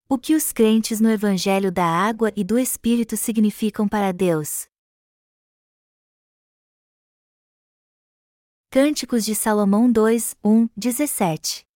O que os crentes no Evangelho da Água e do Espírito significam para Deus? Cânticos de Salomão 2, 1, 17.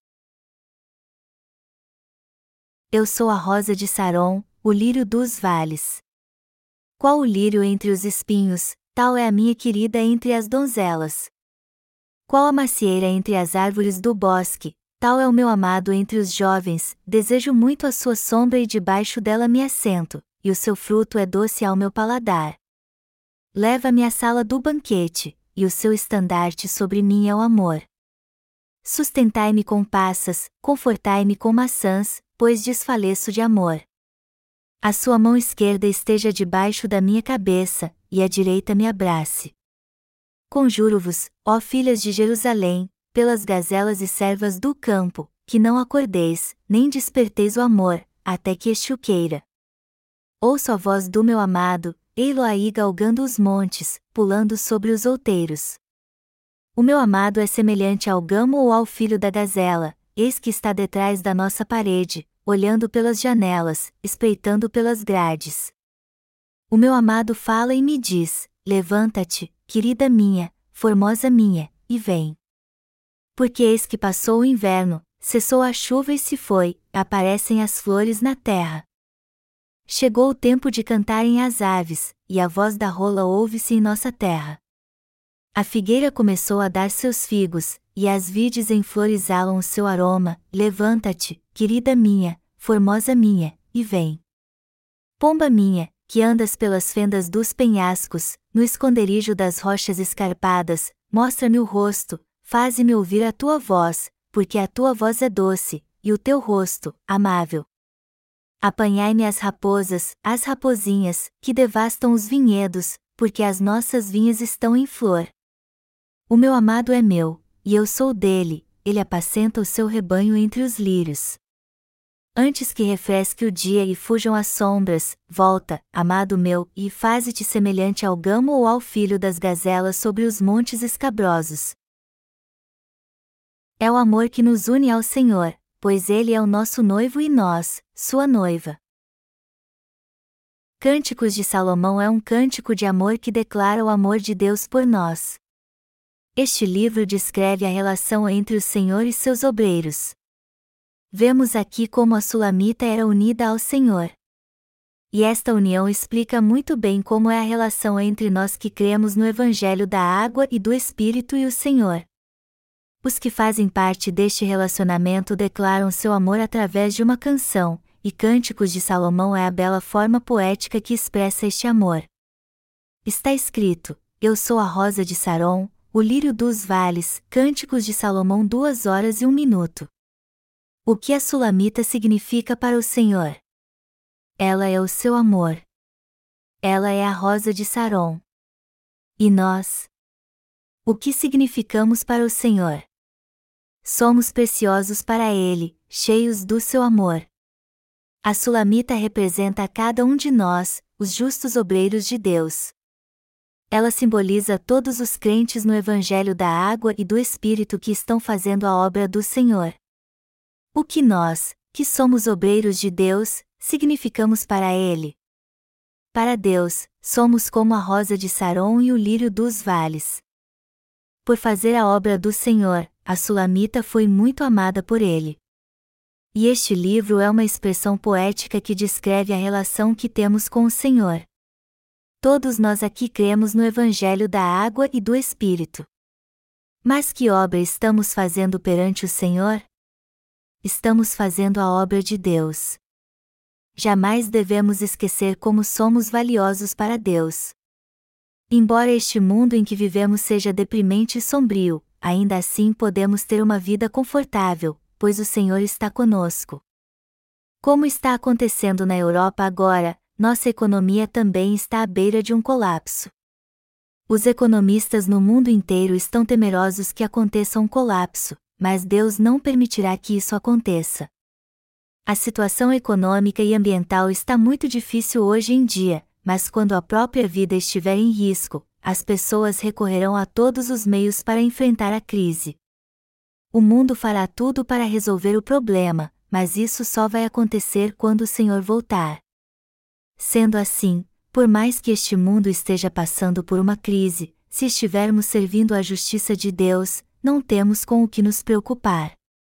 Eu sou a rosa de Saron, o lírio dos vales. Qual o lírio entre os espinhos, tal é a minha querida entre as donzelas. Qual a macieira entre as árvores do bosque, tal é o meu amado entre os jovens, desejo muito a sua sombra e debaixo dela me assento, e o seu fruto é doce ao meu paladar. Leva-me à sala do banquete, e o seu estandarte sobre mim é o amor. Sustentai-me com passas, confortai-me com maçãs, pois desfaleço de amor. A sua mão esquerda esteja debaixo da minha cabeça, e a direita me abrace. Conjuro-vos, ó filhas de Jerusalém, pelas gazelas e servas do campo, que não acordeis, nem desperteis o amor, até que este o queira. Ouço a voz do meu amado, ei-lo aí galgando os montes, pulando sobre os outeiros. O meu amado é semelhante ao gamo ou ao filho da gazela, eis que está detrás da nossa parede, olhando pelas janelas, espreitando pelas grades. O meu amado fala e me diz, levanta-te, querida minha, formosa minha, e vem. Porque eis que passou o inverno, cessou a chuva e se foi, aparecem as flores na terra. Chegou o tempo de cantarem as aves, e a voz da rola ouve-se em nossa terra. A figueira começou a dar seus figos, e as vides em flor exalam o seu aroma, levanta-te, querida minha, formosa minha, e vem. Pomba minha, que andas pelas fendas dos penhascos, no esconderijo das rochas escarpadas, mostra-me o rosto, faze-me ouvir a tua voz, porque a tua voz é doce, e o teu rosto, amável. Apanhai-me as raposinhas, que devastam os vinhedos, porque as nossas vinhas estão em flor. O meu amado é meu, e eu sou dele, ele apacenta o seu rebanho entre os lírios. Antes que refresque o dia e fujam as sombras, volta, amado meu, e faze-te semelhante ao gamo ou ao filho das gazelas sobre os montes escabrosos. É o amor que nos une ao Senhor, pois Ele é o nosso noivo e nós, sua noiva. Cânticos de Salomão é um cântico de amor que declara o amor de Deus por nós. Este livro descreve a relação entre o Senhor e seus obreiros. Vemos aqui como a Sulamita era unida ao Senhor. E esta união explica muito bem como é a relação entre nós que cremos no Evangelho da Água e do Espírito e o Senhor. Os que fazem parte deste relacionamento declaram seu amor através de uma canção, e Cânticos de Salomão é a bela forma poética que expressa este amor. Está escrito, eu sou a rosa de Saron, o lírio dos vales, Cânticos de Salomão 2 horas e 1 minuto. O que a Sulamita significa para o Senhor? Ela é o seu amor. Ela é a rosa de Saron. E nós? O que significamos para o Senhor? Somos preciosos para Ele, cheios do seu amor. A Sulamita representa a cada um de nós, os justos obreiros de Deus. Ela simboliza todos os crentes no Evangelho da Água e do Espírito que estão fazendo a obra do Senhor. O que nós, que somos obreiros de Deus, significamos para Ele? Para Deus, somos como a rosa de Saron e o lírio dos vales. Por fazer a obra do Senhor, a Sulamita foi muito amada por Ele. E este livro é uma expressão poética que descreve a relação que temos com o Senhor. Todos nós aqui cremos no Evangelho da Água e do Espírito. Mas que obra estamos fazendo perante o Senhor? Estamos fazendo a obra de Deus. Jamais devemos esquecer como somos valiosos para Deus. Embora este mundo em que vivemos seja deprimente e sombrio, ainda assim podemos ter uma vida confortável, pois o Senhor está conosco. Como está acontecendo na Europa agora, nossa economia também está à beira de um colapso. Os economistas no mundo inteiro estão temerosos que aconteça um colapso, mas Deus não permitirá que isso aconteça. A situação econômica e ambiental está muito difícil hoje em dia, mas quando a própria vida estiver em risco, as pessoas recorrerão a todos os meios para enfrentar a crise. O mundo fará tudo para resolver o problema, mas isso só vai acontecer quando o Senhor voltar. Sendo assim, por mais que este mundo esteja passando por uma crise, se estivermos servindo à justiça de Deus, não temos com o que nos preocupar.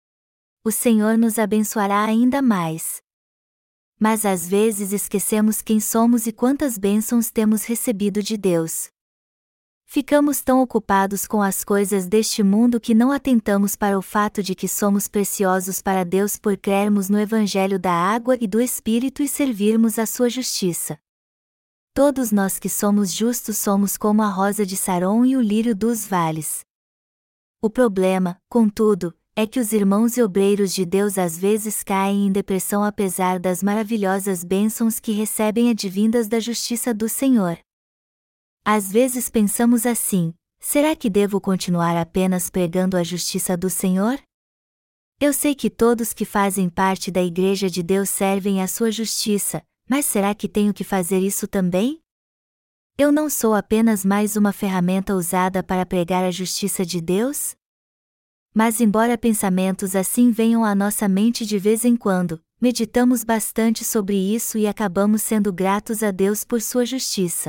O Senhor nos abençoará ainda mais. Mas às vezes esquecemos quem somos e quantas bênçãos temos recebido de Deus. Ficamos tão ocupados com as coisas deste mundo que não atentamos para o fato de que somos preciosos para Deus por crermos no Evangelho da água e do Espírito e servirmos a sua justiça. Todos nós que somos justos somos como a rosa de Saron e o lírio dos vales. O problema, contudo, é que os irmãos e obreiros de Deus às vezes caem em depressão apesar das maravilhosas bênçãos que recebem advindas da justiça do Senhor. Às vezes pensamos assim: será que devo continuar apenas pregando a justiça do Senhor? Eu sei que todos que fazem parte da Igreja de Deus servem à sua justiça, mas será que tenho que fazer isso também? Eu não sou apenas mais uma ferramenta usada para pregar a justiça de Deus? Mas embora pensamentos assim venham à nossa mente de vez em quando, meditamos bastante sobre isso e acabamos sendo gratos a Deus por sua justiça.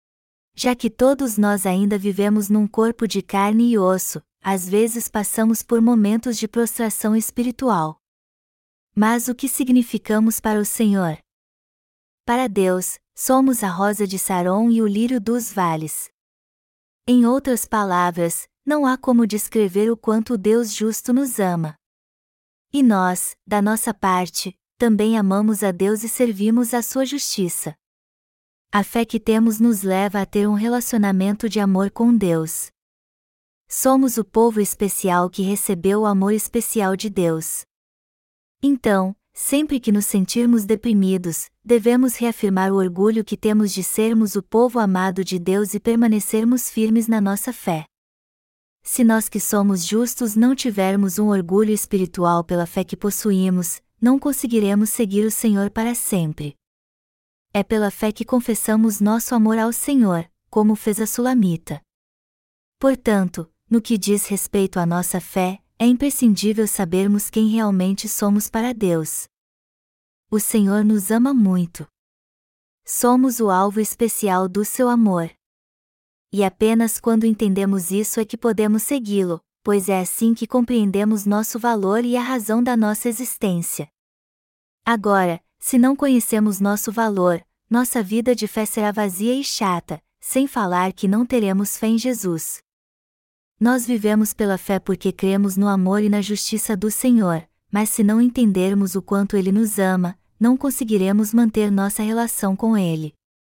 Já que todos nós ainda vivemos num corpo de carne e osso, às vezes passamos por momentos de prostração espiritual. Mas o que significamos para o Senhor? Para Deus, somos a rosa de Saron e o lírio dos vales. Em outras palavras, não há como descrever o quanto o Deus justo nos ama. E nós, da nossa parte, também amamos a Deus e servimos a sua justiça. A fé que temos nos leva a ter um relacionamento de amor com Deus. Somos o povo especial que recebeu o amor especial de Deus. Então, sempre que nos sentirmos deprimidos, devemos reafirmar o orgulho que temos de sermos o povo amado de Deus e permanecermos firmes na nossa fé. Se nós que somos justos não tivermos um orgulho espiritual pela fé que possuímos, não conseguiremos seguir o Senhor para sempre. É pela fé que confessamos nosso amor ao Senhor, como fez a Sulamita. Portanto, no que diz respeito à nossa fé, é imprescindível sabermos quem realmente somos para Deus. O Senhor nos ama muito. Somos o alvo especial do seu amor. E apenas quando entendemos isso é que podemos segui-lo, pois é assim que compreendemos nosso valor e a razão da nossa existência. Agora, se não conhecemos nosso valor, nossa vida de fé será vazia e chata, sem falar que não teremos fé em Jesus. Nós vivemos pela fé porque cremos no amor e na justiça do Senhor, mas se não entendermos o quanto Ele nos ama, não conseguiremos manter nossa relação com Ele.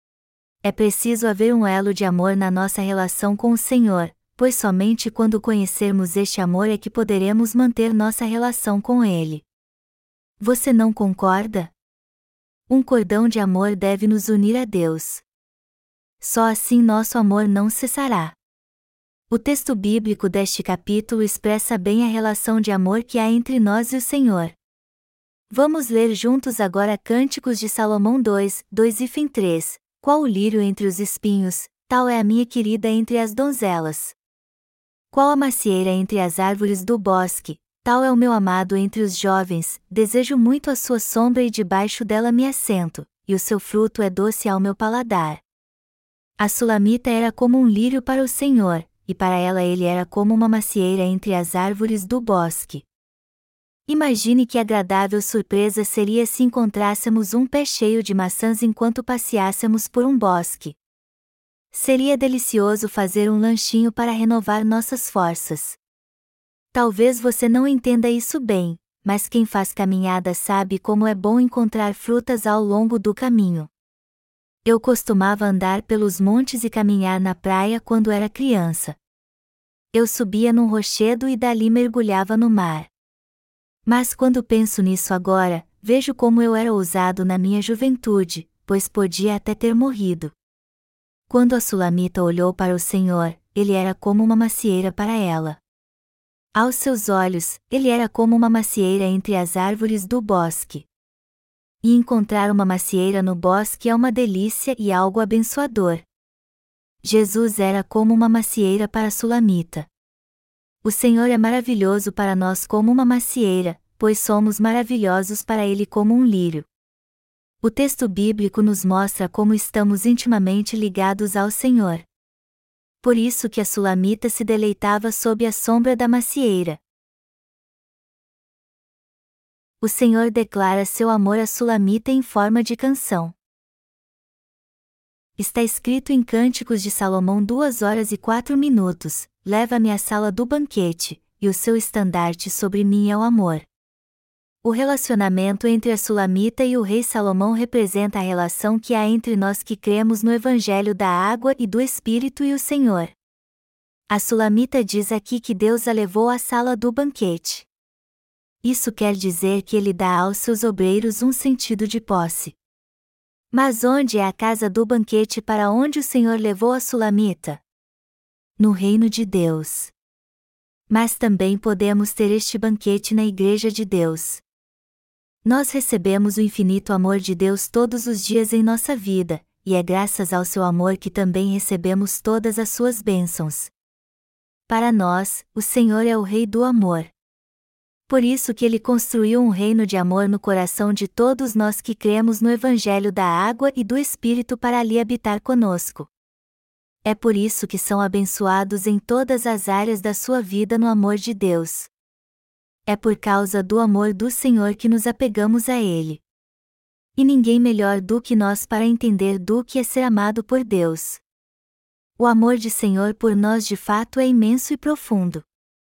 É preciso haver um elo de amor na nossa relação com o Senhor, pois somente quando conhecermos este amor é que poderemos manter nossa relação com Ele. Você não concorda? Um cordão de amor deve nos unir a Deus. Só assim nosso amor não cessará. O texto bíblico deste capítulo expressa bem a relação de amor que há entre nós e o Senhor. Vamos ler juntos agora Cânticos de Salomão 2:3. Qual o lírio entre os espinhos, tal é a minha querida entre as donzelas. Qual a macieira entre as árvores do bosque, tal é o meu amado entre os jovens, desejo muito a sua sombra e debaixo dela me assento, e o seu fruto é doce ao meu paladar. A Sulamita era como um lírio para o Senhor, e para ela ele era como uma macieira entre as árvores do bosque. Imagine que agradável surpresa seria se encontrássemos um pé cheio de maçãs enquanto passeássemos por um bosque. Seria delicioso fazer um lanchinho para renovar nossas forças. Talvez você não entenda isso bem, mas quem faz caminhada sabe como é bom encontrar frutas ao longo do caminho. Eu costumava andar pelos montes e caminhar na praia quando era criança. Eu subia num rochedo e dali mergulhava no mar. Mas quando penso nisso agora, vejo como eu era ousado na minha juventude, pois podia até ter morrido. Quando a Sulamita olhou para o Senhor, ele era como uma macieira para ela. Aos seus olhos, ele era como uma macieira entre as árvores do bosque. E encontrar uma macieira no bosque é uma delícia e algo abençoador. Jesus era como uma macieira para a Sulamita. O Senhor é maravilhoso para nós como uma macieira, pois somos maravilhosos para Ele como um lírio. O texto bíblico nos mostra como estamos intimamente ligados ao Senhor. Por isso que a sulamita se deleitava sob a sombra da macieira. O Senhor declara seu amor à sulamita em forma de canção. Está escrito em Cânticos de Salomão 2 horas e 4 minutos, leva-me à sala do banquete, e o seu estandarte sobre mim é o amor. O relacionamento entre a sulamita e o rei Salomão representa a relação que há entre nós que cremos no Evangelho da água e do Espírito e o Senhor. A sulamita diz aqui que Deus a levou à sala do banquete. Isso quer dizer que ele dá aos seus obreiros um sentido de posse. Mas onde é a casa do banquete para onde o Senhor levou a sulamita? No reino de Deus. Mas também podemos ter este banquete na Igreja de Deus. Nós recebemos o infinito amor de Deus todos os dias em nossa vida, e é graças ao seu amor que também recebemos todas as suas bênçãos. Para nós, o Senhor é o Rei do amor. Por isso que Ele construiu um reino de amor no coração de todos nós que cremos no Evangelho da água e do Espírito para ali habitar conosco. É por isso que são abençoados em todas as áreas da sua vida no amor de Deus. É por causa do amor do Senhor que nos apegamos a Ele. E ninguém melhor do que nós para entender do que é ser amado por Deus. O amor de Senhor por nós de fato é imenso e profundo.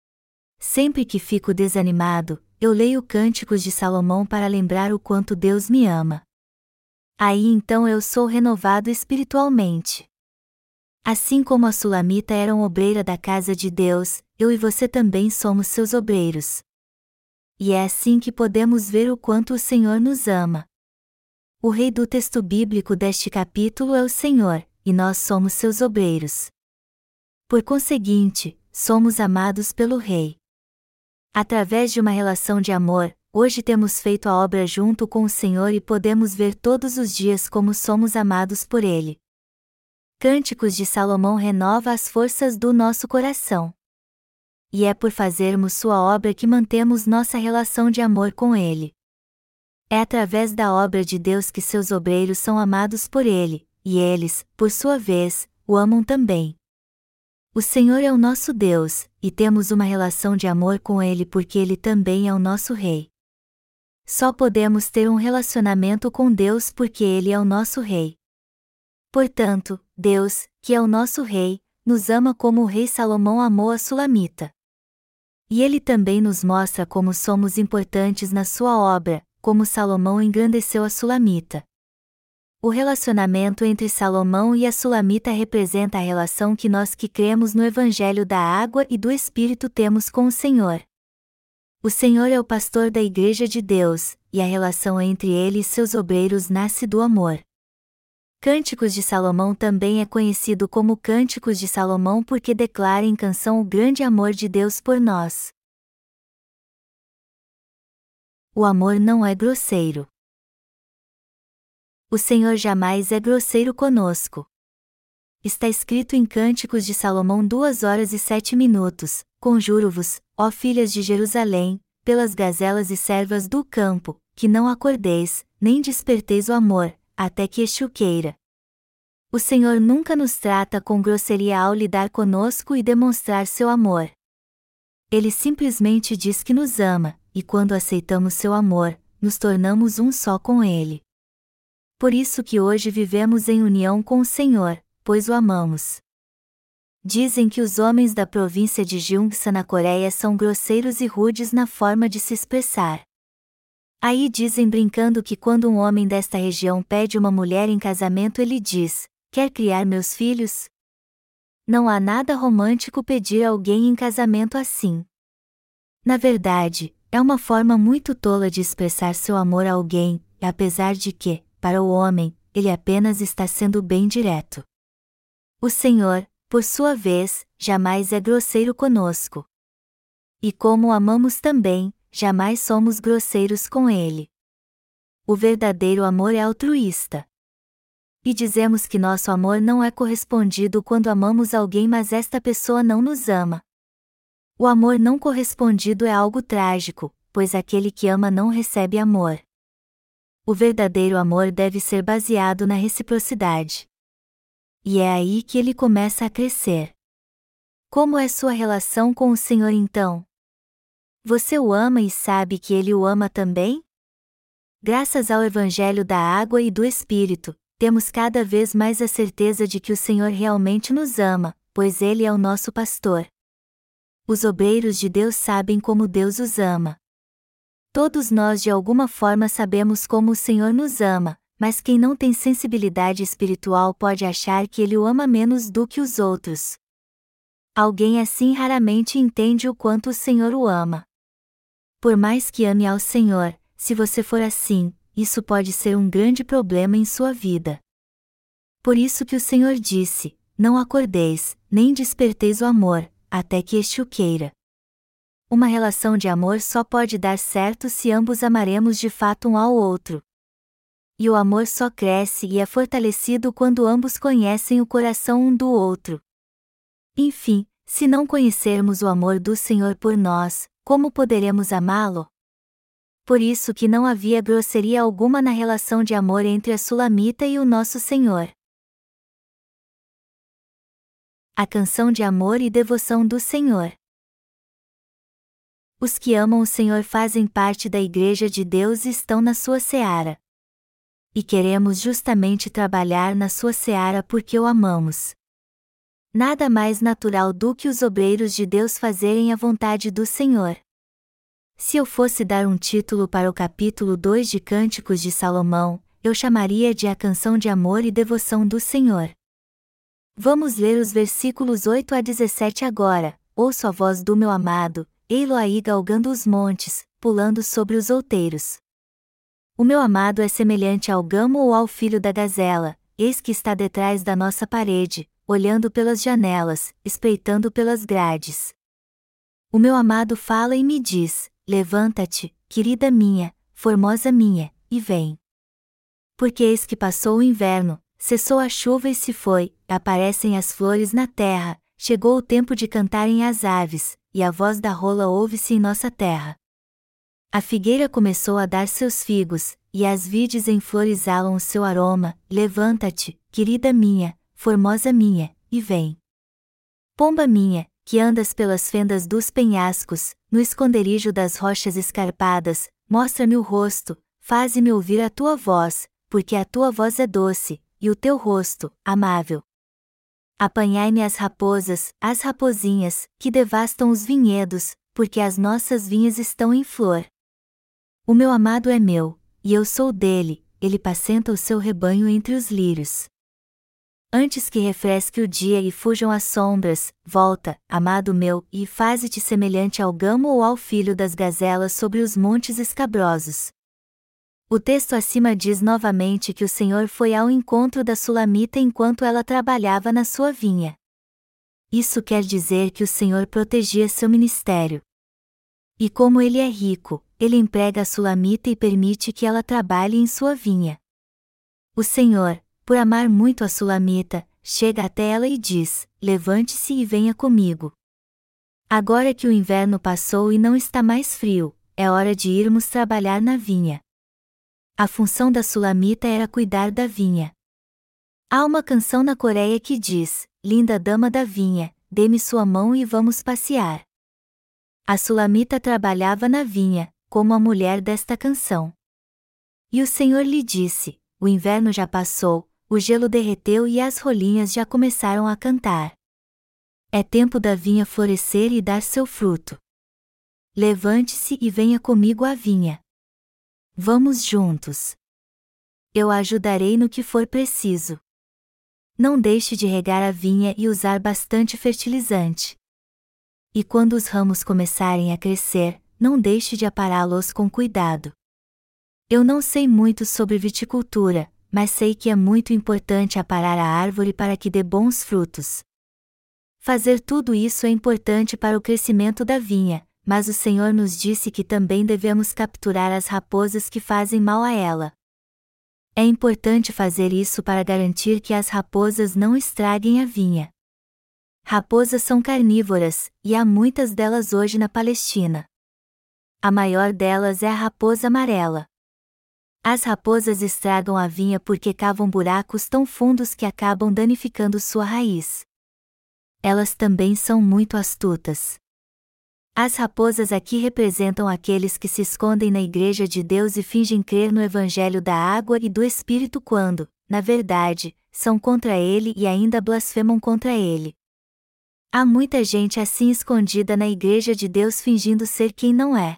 Sempre que fico desanimado, eu leio Cânticos de Salomão para lembrar o quanto Deus me ama. Aí então eu sou renovado espiritualmente. Assim como a sulamita era uma obreira da casa de Deus, eu e você também somos seus obreiros. E é assim que podemos ver o quanto o Senhor nos ama. O rei do texto bíblico deste capítulo é o Senhor, e nós somos seus obreiros. Por conseguinte, somos amados pelo Rei. Através de uma relação de amor, hoje temos feito a obra junto com o Senhor e podemos ver todos os dias como somos amados por Ele. Cânticos de Salomão renova as forças do nosso coração. E é por fazermos sua obra que mantemos nossa relação de amor com Ele. É através da obra de Deus que seus obreiros são amados por Ele, e eles, por sua vez, o amam também. O Senhor é o nosso Deus, e temos uma relação de amor com Ele porque Ele também é o nosso Rei. Só podemos ter um relacionamento com Deus porque Ele é o nosso Rei. Portanto, Deus, que é o nosso Rei, nos ama como o rei Salomão amou a sulamita. E Ele também nos mostra como somos importantes na sua obra, como Salomão engrandeceu a sulamita. O relacionamento entre Salomão e a sulamita representa a relação que nós que cremos no Evangelho da água e do Espírito temos com o Senhor. O Senhor é o pastor da Igreja de Deus, e a relação entre Ele e seus obreiros nasce do amor. Cânticos de Salomão também é conhecido como Cânticos de Salomão porque declara em canção o grande amor de Deus por nós. O amor não é grosseiro. O Senhor jamais é grosseiro conosco. Está escrito em Cânticos de Salomão 2 horas e 7 minutos, conjuro-vos, ó filhas de Jerusalém, pelas gazelas e servas do campo, que não acordeis, nem desperteis o amor, até que este o queira. O Senhor nunca nos trata com grosseria ao lidar conosco e demonstrar seu amor. Ele simplesmente diz que nos ama, e quando aceitamos seu amor, nos tornamos um só com Ele. Por isso que hoje vivemos em união com o Senhor, pois o amamos. Dizem que os homens da província de Gyeongsa na Coreia são grosseiros e rudes na forma de se expressar. Aí dizem brincando que quando um homem desta região pede uma mulher em casamento ele diz: quer criar meus filhos? Não há nada romântico pedir alguém em casamento assim. Na verdade, é uma forma muito tola de expressar seu amor a alguém, apesar de que, para o homem, ele apenas está sendo bem direto. O Senhor, por sua vez, jamais é grosseiro conosco. E como o amamos também, jamais somos grosseiros com Ele. O verdadeiro amor é altruísta. E dizemos que nosso amor não é correspondido quando amamos alguém mas esta pessoa não nos ama. O amor não correspondido é algo trágico, pois aquele que ama não recebe amor. O verdadeiro amor deve ser baseado na reciprocidade. E é aí que ele começa a crescer. Como é sua relação com o Senhor então? Você o ama e sabe que ele o ama também? Graças ao Evangelho da Água e do Espírito, temos cada vez mais a certeza de que o Senhor realmente nos ama, pois Ele é o nosso pastor. Os obreiros de Deus sabem como Deus os ama. Todos nós de alguma forma sabemos como o Senhor nos ama, mas quem não tem sensibilidade espiritual pode achar que Ele o ama menos do que os outros. Alguém assim raramente entende o quanto o Senhor o ama. Por mais que ame ao Senhor, se você for assim, isso pode ser um grande problema em sua vida. Por isso que o Senhor disse: não acordeis, nem desperteis o amor, até que este o queira. Uma relação de amor só pode dar certo se ambos amaremos de fato um ao outro. E o amor só cresce e é fortalecido quando ambos conhecem o coração um do outro. Enfim, se não conhecermos o amor do Senhor por nós, como poderemos amá-lo? Por isso que não havia grosseria alguma na relação de amor entre a Sulamita e o nosso Senhor. A canção de amor e devoção do Senhor. Os que amam o Senhor fazem parte da Igreja de Deus e estão na sua seara. E queremos justamente trabalhar na sua seara porque o amamos. Nada mais natural do que os obreiros de Deus fazerem a vontade do Senhor. Se eu fosse dar um título para o capítulo 2 de Cânticos de Salomão, eu chamaria de A Canção de Amor e Devoção do Senhor. Vamos ler os versículos 8 a 17 agora. Ouço a voz do meu amado, ei-lo aí galgando os montes, pulando sobre os outeiros. O meu amado é semelhante ao gamo ou ao filho da gazela, eis que está detrás da nossa parede, olhando pelas janelas, espreitando pelas grades. O meu amado fala e me diz: levanta-te, querida minha, formosa minha, e vem. Porque eis que passou o inverno, cessou a chuva e se foi, aparecem as flores na terra, chegou o tempo de cantarem as aves, e a voz da rola ouve-se em nossa terra. A figueira começou a dar seus figos, e as vides em flor exalam o seu aroma. Levanta-te, querida minha, formosa minha, e vem. Pomba minha, que andas pelas fendas dos penhascos, no esconderijo das rochas escarpadas, mostra-me o rosto, faze-me ouvir a tua voz, porque a tua voz é doce, e o teu rosto, amável. Apanhai-me as rapozinhas, que devastam os vinhedos, porque as nossas vinhas estão em flor. O meu amado é meu, e eu sou dele, ele pacenta o seu rebanho entre os lírios. Antes que refresque o dia e fujam as sombras, volta, amado meu, e faze-te semelhante ao gamo ou ao filho das gazelas sobre os montes escabrosos. O texto acima diz novamente que o Senhor foi ao encontro da Sulamita enquanto ela trabalhava na sua vinha. Isso quer dizer que o Senhor protegia seu ministério. E como ele é rico, ele emprega a Sulamita e permite que ela trabalhe em sua vinha. O Senhor, por amar muito a Sulamita, chega até ela e diz: levante-se e venha comigo. Agora que o inverno passou e não está mais frio, é hora de irmos trabalhar na vinha. A função da Sulamita era cuidar da vinha. Há uma canção na Coreia que diz: linda dama da vinha, dê-me sua mão e vamos passear. A Sulamita trabalhava na vinha, como a mulher desta canção. E o Senhor lhe disse: o inverno já passou, o gelo derreteu e as rolinhas já começaram a cantar. É tempo da vinha florescer e dar seu fruto. Levante-se e venha comigo à vinha. Vamos juntos. Eu a ajudarei no que for preciso. Não deixe de regar a vinha e usar bastante fertilizante. E quando os ramos começarem a crescer, não deixe de apará-los com cuidado. Eu não sei muito sobre viticultura, mas sei que é muito importante aparar a árvore para que dê bons frutos. Fazer tudo isso é importante para o crescimento da vinha, mas o Senhor nos disse que também devemos capturar as raposas que fazem mal a ela. É importante fazer isso para garantir que as raposas não estraguem a vinha. Raposas são carnívoras, e há muitas delas hoje na Palestina. A maior delas é a raposa amarela. As raposas estragam a vinha porque cavam buracos tão fundos que acabam danificando sua raiz. Elas também são muito astutas. As raposas aqui representam aqueles que se escondem na Igreja de Deus e fingem crer no Evangelho da água e do Espírito quando, na verdade, são contra ele e ainda blasfemam contra ele. Há muita gente assim escondida na Igreja de Deus fingindo ser quem não é.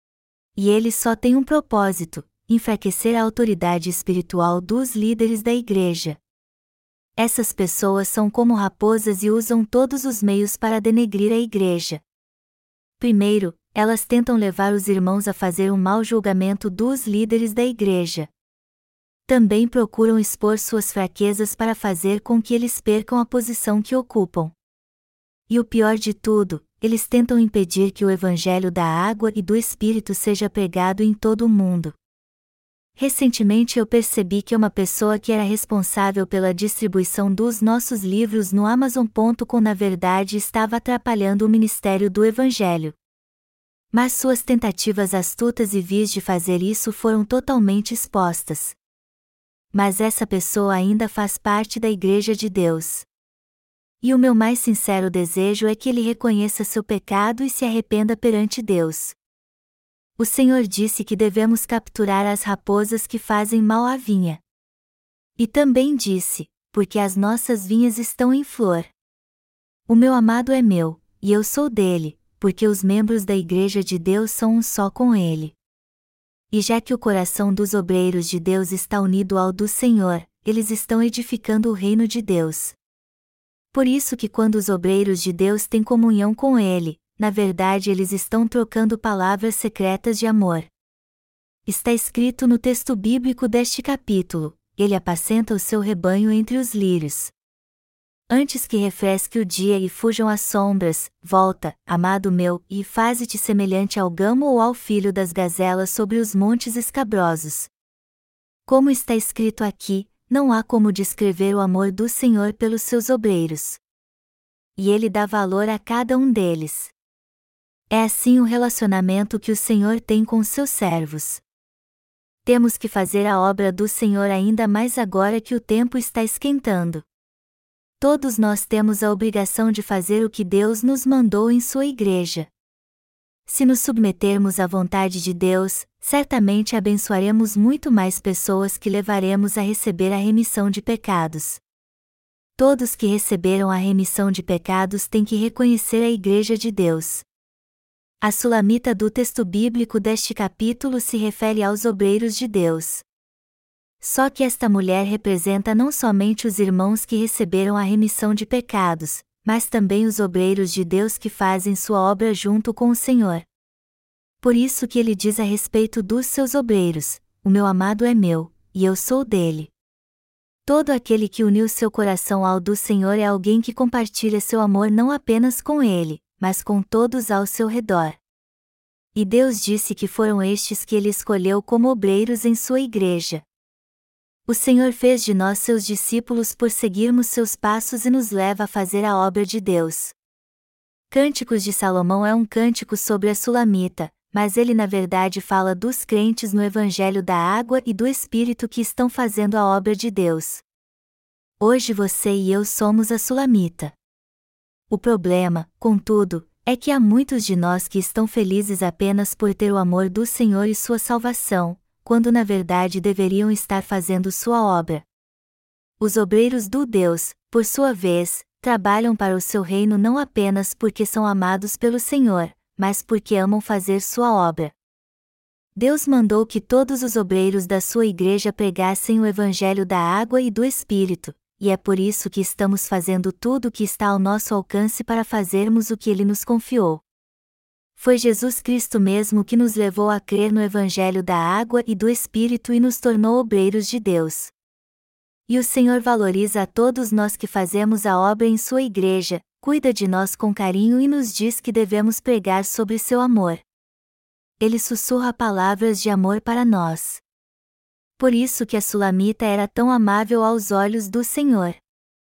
E eles só têm um propósito: enfraquecer a autoridade espiritual dos líderes da Igreja. Essas pessoas são como raposas e usam todos os meios para denegrir a Igreja. Primeiro, elas tentam levar os irmãos a fazer um mau julgamento dos líderes da Igreja. Também procuram expor suas fraquezas para fazer com que eles percam a posição que ocupam. E o pior de tudo, eles tentam impedir que o Evangelho da água e do Espírito seja pregado em todo o mundo. Recentemente eu percebi que uma pessoa que era responsável pela distribuição dos nossos livros no Amazon.com na verdade estava atrapalhando o ministério do Evangelho. Mas suas tentativas astutas e vis de fazer isso foram totalmente expostas. Mas essa pessoa ainda faz parte da Igreja de Deus. E o meu mais sincero desejo é que ele reconheça seu pecado e se arrependa perante Deus. O Senhor disse que devemos capturar as raposas que fazem mal à vinha. E também disse, porque as nossas vinhas estão em flor. O meu amado é meu, e eu sou dele, porque os membros da Igreja de Deus são um só com ele. E já que o coração dos obreiros de Deus está unido ao do Senhor, eles estão edificando o reino de Deus. Por isso que quando os obreiros de Deus têm comunhão com ele, na verdade eles estão trocando palavras secretas de amor. Está escrito no texto bíblico deste capítulo: ele apacenta o seu rebanho entre os lírios. Antes que refresque o dia e fujam as sombras, volta, amado meu, e faze-te semelhante ao gamo ou ao filho das gazelas sobre os montes escabrosos. Como está escrito aqui, não há como descrever o amor do Senhor pelos seus obreiros. E ele dá valor a cada um deles. É assim o relacionamento que o Senhor tem com seus servos. Temos que fazer a obra do Senhor ainda mais agora que o tempo está esquentando. Todos nós temos a obrigação de fazer o que Deus nos mandou em sua Igreja. Se nos submetermos à vontade de Deus, certamente abençoaremos muito mais pessoas que levaremos a receber a remissão de pecados. Todos que receberam a remissão de pecados têm que reconhecer a Igreja de Deus. A sulamita do texto bíblico deste capítulo se refere aos obreiros de Deus. Só que esta mulher representa não somente os irmãos que receberam a remissão de pecados, mas também os obreiros de Deus que fazem sua obra junto com o Senhor. Por isso que ele diz a respeito dos seus obreiros: o meu amado é meu, e eu sou dele. Todo aquele que uniu seu coração ao do Senhor é alguém que compartilha seu amor não apenas com ele, mas com todos ao seu redor. E Deus disse que foram estes que ele escolheu como obreiros em sua Igreja. O Senhor fez de nós seus discípulos por seguirmos seus passos e nos leva a fazer a obra de Deus. Cânticos de Salomão é um cântico sobre a sulamita, mas ele na verdade fala dos crentes no Evangelho da água e do Espírito que estão fazendo a obra de Deus. Hoje você e eu somos a sulamita. O problema, contudo, é que há muitos de nós que estão felizes apenas por ter o amor do Senhor e sua salvação, quando na verdade deveriam estar fazendo sua obra. Os obreiros do Deus, por sua vez, trabalham para o seu reino não apenas porque são amados pelo Senhor, mas porque amam fazer sua obra. Deus mandou que todos os obreiros da sua Igreja pregassem o Evangelho da água e do Espírito, e é por isso que estamos fazendo tudo o que está ao nosso alcance para fazermos o que Ele nos confiou. Foi Jesus Cristo mesmo que nos levou a crer no Evangelho da água e do Espírito e nos tornou obreiros de Deus. E o Senhor valoriza a todos nós que fazemos a obra em sua Igreja, cuida de nós com carinho e nos diz que devemos pregar sobre seu amor. Ele sussurra palavras de amor para nós. Por isso que a sulamita era tão amável aos olhos do Senhor.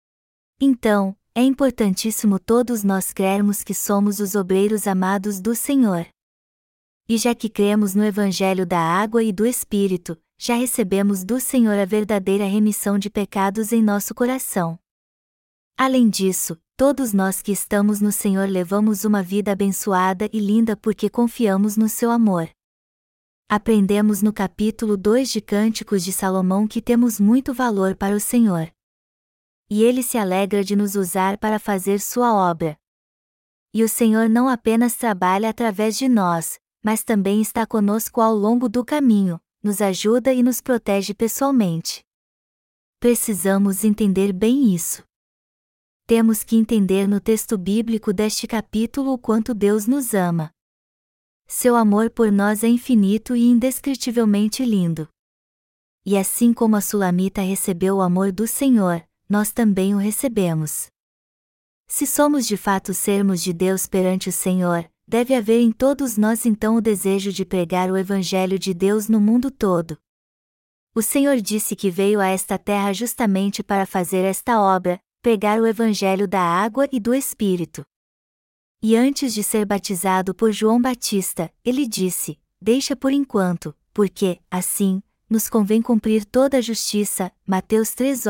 Então, é importantíssimo todos nós crermos que somos os obreiros amados do Senhor. E já que cremos no Evangelho da água e do Espírito, já recebemos do Senhor a verdadeira remissão de pecados em nosso coração. Além disso, todos nós que estamos no Senhor levamos uma vida abençoada e linda porque confiamos no seu amor. Aprendemos no capítulo 2 de Cânticos de Salomão que temos muito valor para o Senhor. E Ele se alegra de nos usar para fazer sua obra. E o Senhor não apenas trabalha através de nós, mas também está conosco ao longo do caminho, nos ajuda e nos protege pessoalmente. Precisamos entender bem isso. Temos que entender no texto bíblico deste capítulo o quanto Deus nos ama. Seu amor por nós é infinito e indescritivelmente lindo. E assim como a Sulamita recebeu o amor do Senhor, nós também o recebemos. Se somos de fato sermos de Deus perante o Senhor, deve haver em todos nós então o desejo de pregar o Evangelho de Deus no mundo todo. O Senhor disse que veio a esta terra justamente para fazer esta obra, pregar o Evangelho da água e do Espírito. E antes de ser batizado por João Batista, ele disse: "Deixa por enquanto, porque, assim, nos convém cumprir toda a justiça." Mateus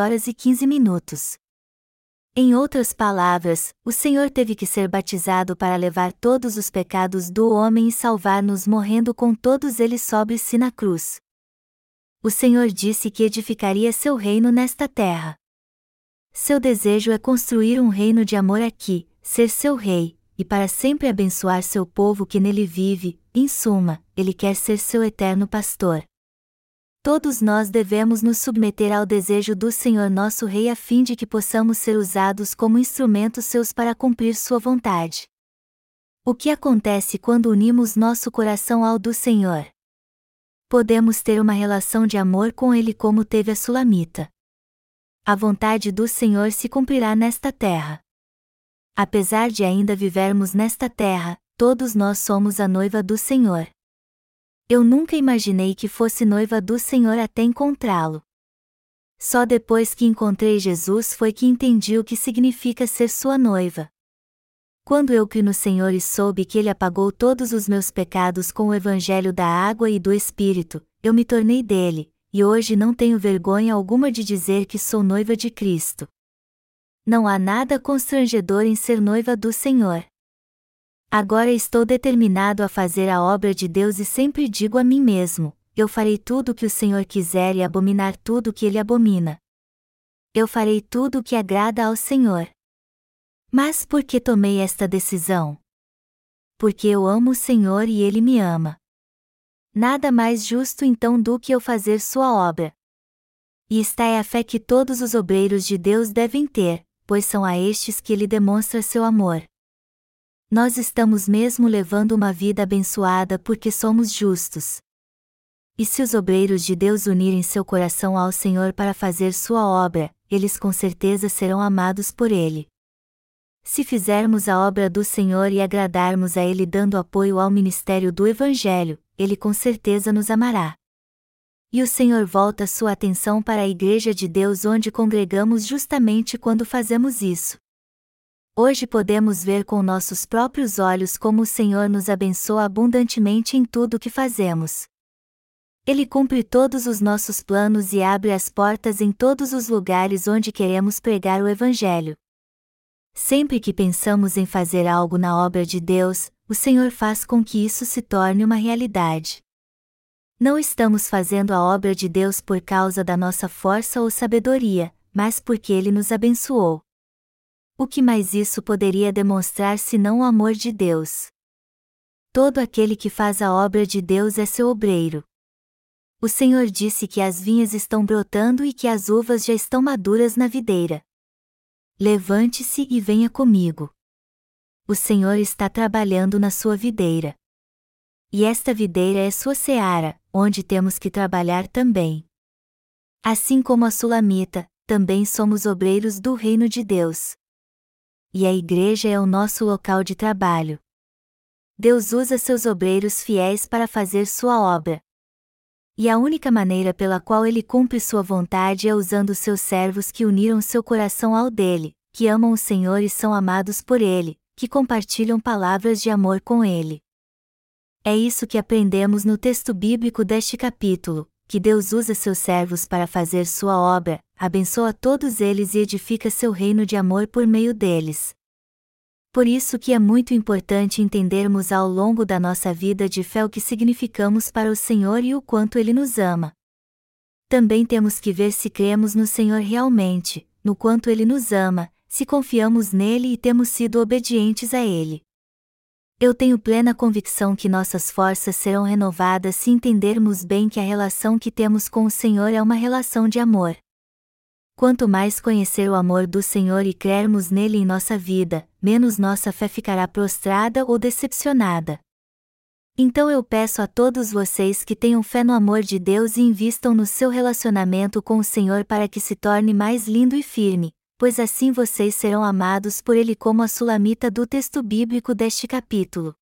3h15. Em outras palavras, o Senhor teve que ser batizado para levar todos os pecados do homem e salvar-nos morrendo com todos eles sobre si na cruz. O Senhor disse que edificaria seu reino nesta terra. Seu desejo é construir um reino de amor aqui, ser seu rei, e para sempre abençoar seu povo que nele vive. Em suma, Ele quer ser seu eterno pastor. Todos nós devemos nos submeter ao desejo do Senhor nosso Rei a fim de que possamos ser usados como instrumentos seus para cumprir sua vontade. O que acontece quando unimos nosso coração ao do Senhor? Podemos ter uma relação de amor com Ele como teve a Sulamita. A vontade do Senhor se cumprirá nesta terra. Apesar de ainda vivermos nesta terra, todos nós somos a noiva do Senhor. Eu nunca imaginei que fosse noiva do Senhor até encontrá-lo. Só depois que encontrei Jesus foi que entendi o que significa ser sua noiva. Quando eu criei no Senhor e soube que Ele apagou todos os meus pecados com o Evangelho da água e do Espírito, eu me tornei dele, e hoje não tenho vergonha alguma de dizer que sou noiva de Cristo. Não há nada constrangedor em ser noiva do Senhor. Agora estou determinado a fazer a obra de Deus e sempre digo a mim mesmo: eu farei tudo o que o Senhor quiser e abominar tudo o que Ele abomina. Eu farei tudo o que agrada ao Senhor. Mas por que tomei esta decisão? Porque eu amo o Senhor e Ele me ama. Nada mais justo então do que eu fazer sua obra. E esta é a fé que todos os obreiros de Deus devem ter, pois são a estes que Ele demonstra seu amor. Nós estamos mesmo levando uma vida abençoada porque somos justos. E se os obreiros de Deus unirem seu coração ao Senhor para fazer sua obra, eles com certeza serão amados por Ele. Se fizermos a obra do Senhor e agradarmos a Ele dando apoio ao ministério do Evangelho, Ele com certeza nos amará. E o Senhor volta sua atenção para a Igreja de Deus onde congregamos justamente quando fazemos isso. Hoje podemos ver com nossos próprios olhos como o Senhor nos abençoa abundantemente em tudo o que fazemos. Ele cumpre todos os nossos planos e abre as portas em todos os lugares onde queremos pregar o Evangelho. Sempre que pensamos em fazer algo na obra de Deus, o Senhor faz com que isso se torne uma realidade. Não estamos fazendo a obra de Deus por causa da nossa força ou sabedoria, mas porque Ele nos abençoou. O que mais isso poderia demonstrar senão o amor de Deus? Todo aquele que faz a obra de Deus é seu obreiro. O Senhor disse que as vinhas estão brotando e que as uvas já estão maduras na videira. Levante-se e venha comigo. O Senhor está trabalhando na sua videira. E esta videira é sua seara, onde temos que trabalhar também. Assim como a Sulamita, também somos obreiros do reino de Deus. E a igreja é o nosso local de trabalho. Deus usa seus obreiros fiéis para fazer sua obra. E a única maneira pela qual Ele cumpre sua vontade é usando seus servos que uniram seu coração ao dele, que amam o Senhor e são amados por Ele, que compartilham palavras de amor com Ele. É isso que aprendemos no texto bíblico deste capítulo, que Deus usa seus servos para fazer sua obra, abençoa todos eles e edifica seu reino de amor por meio deles. Por isso que é muito importante entendermos ao longo da nossa vida de fé o que significamos para o Senhor e o quanto Ele nos ama. Também temos que ver se cremos no Senhor realmente, no quanto Ele nos ama, se confiamos nele e temos sido obedientes a Ele. Eu tenho plena convicção que nossas forças serão renovadas se entendermos bem que a relação que temos com o Senhor é uma relação de amor. Quanto mais conhecer o amor do Senhor e crermos nele em nossa vida, menos nossa fé ficará prostrada ou decepcionada. Então eu peço a todos vocês que tenham fé no amor de Deus e invistam no seu relacionamento com o Senhor para que se torne mais lindo e firme, pois assim vocês serão amados por Ele como a sulamita do texto bíblico deste capítulo.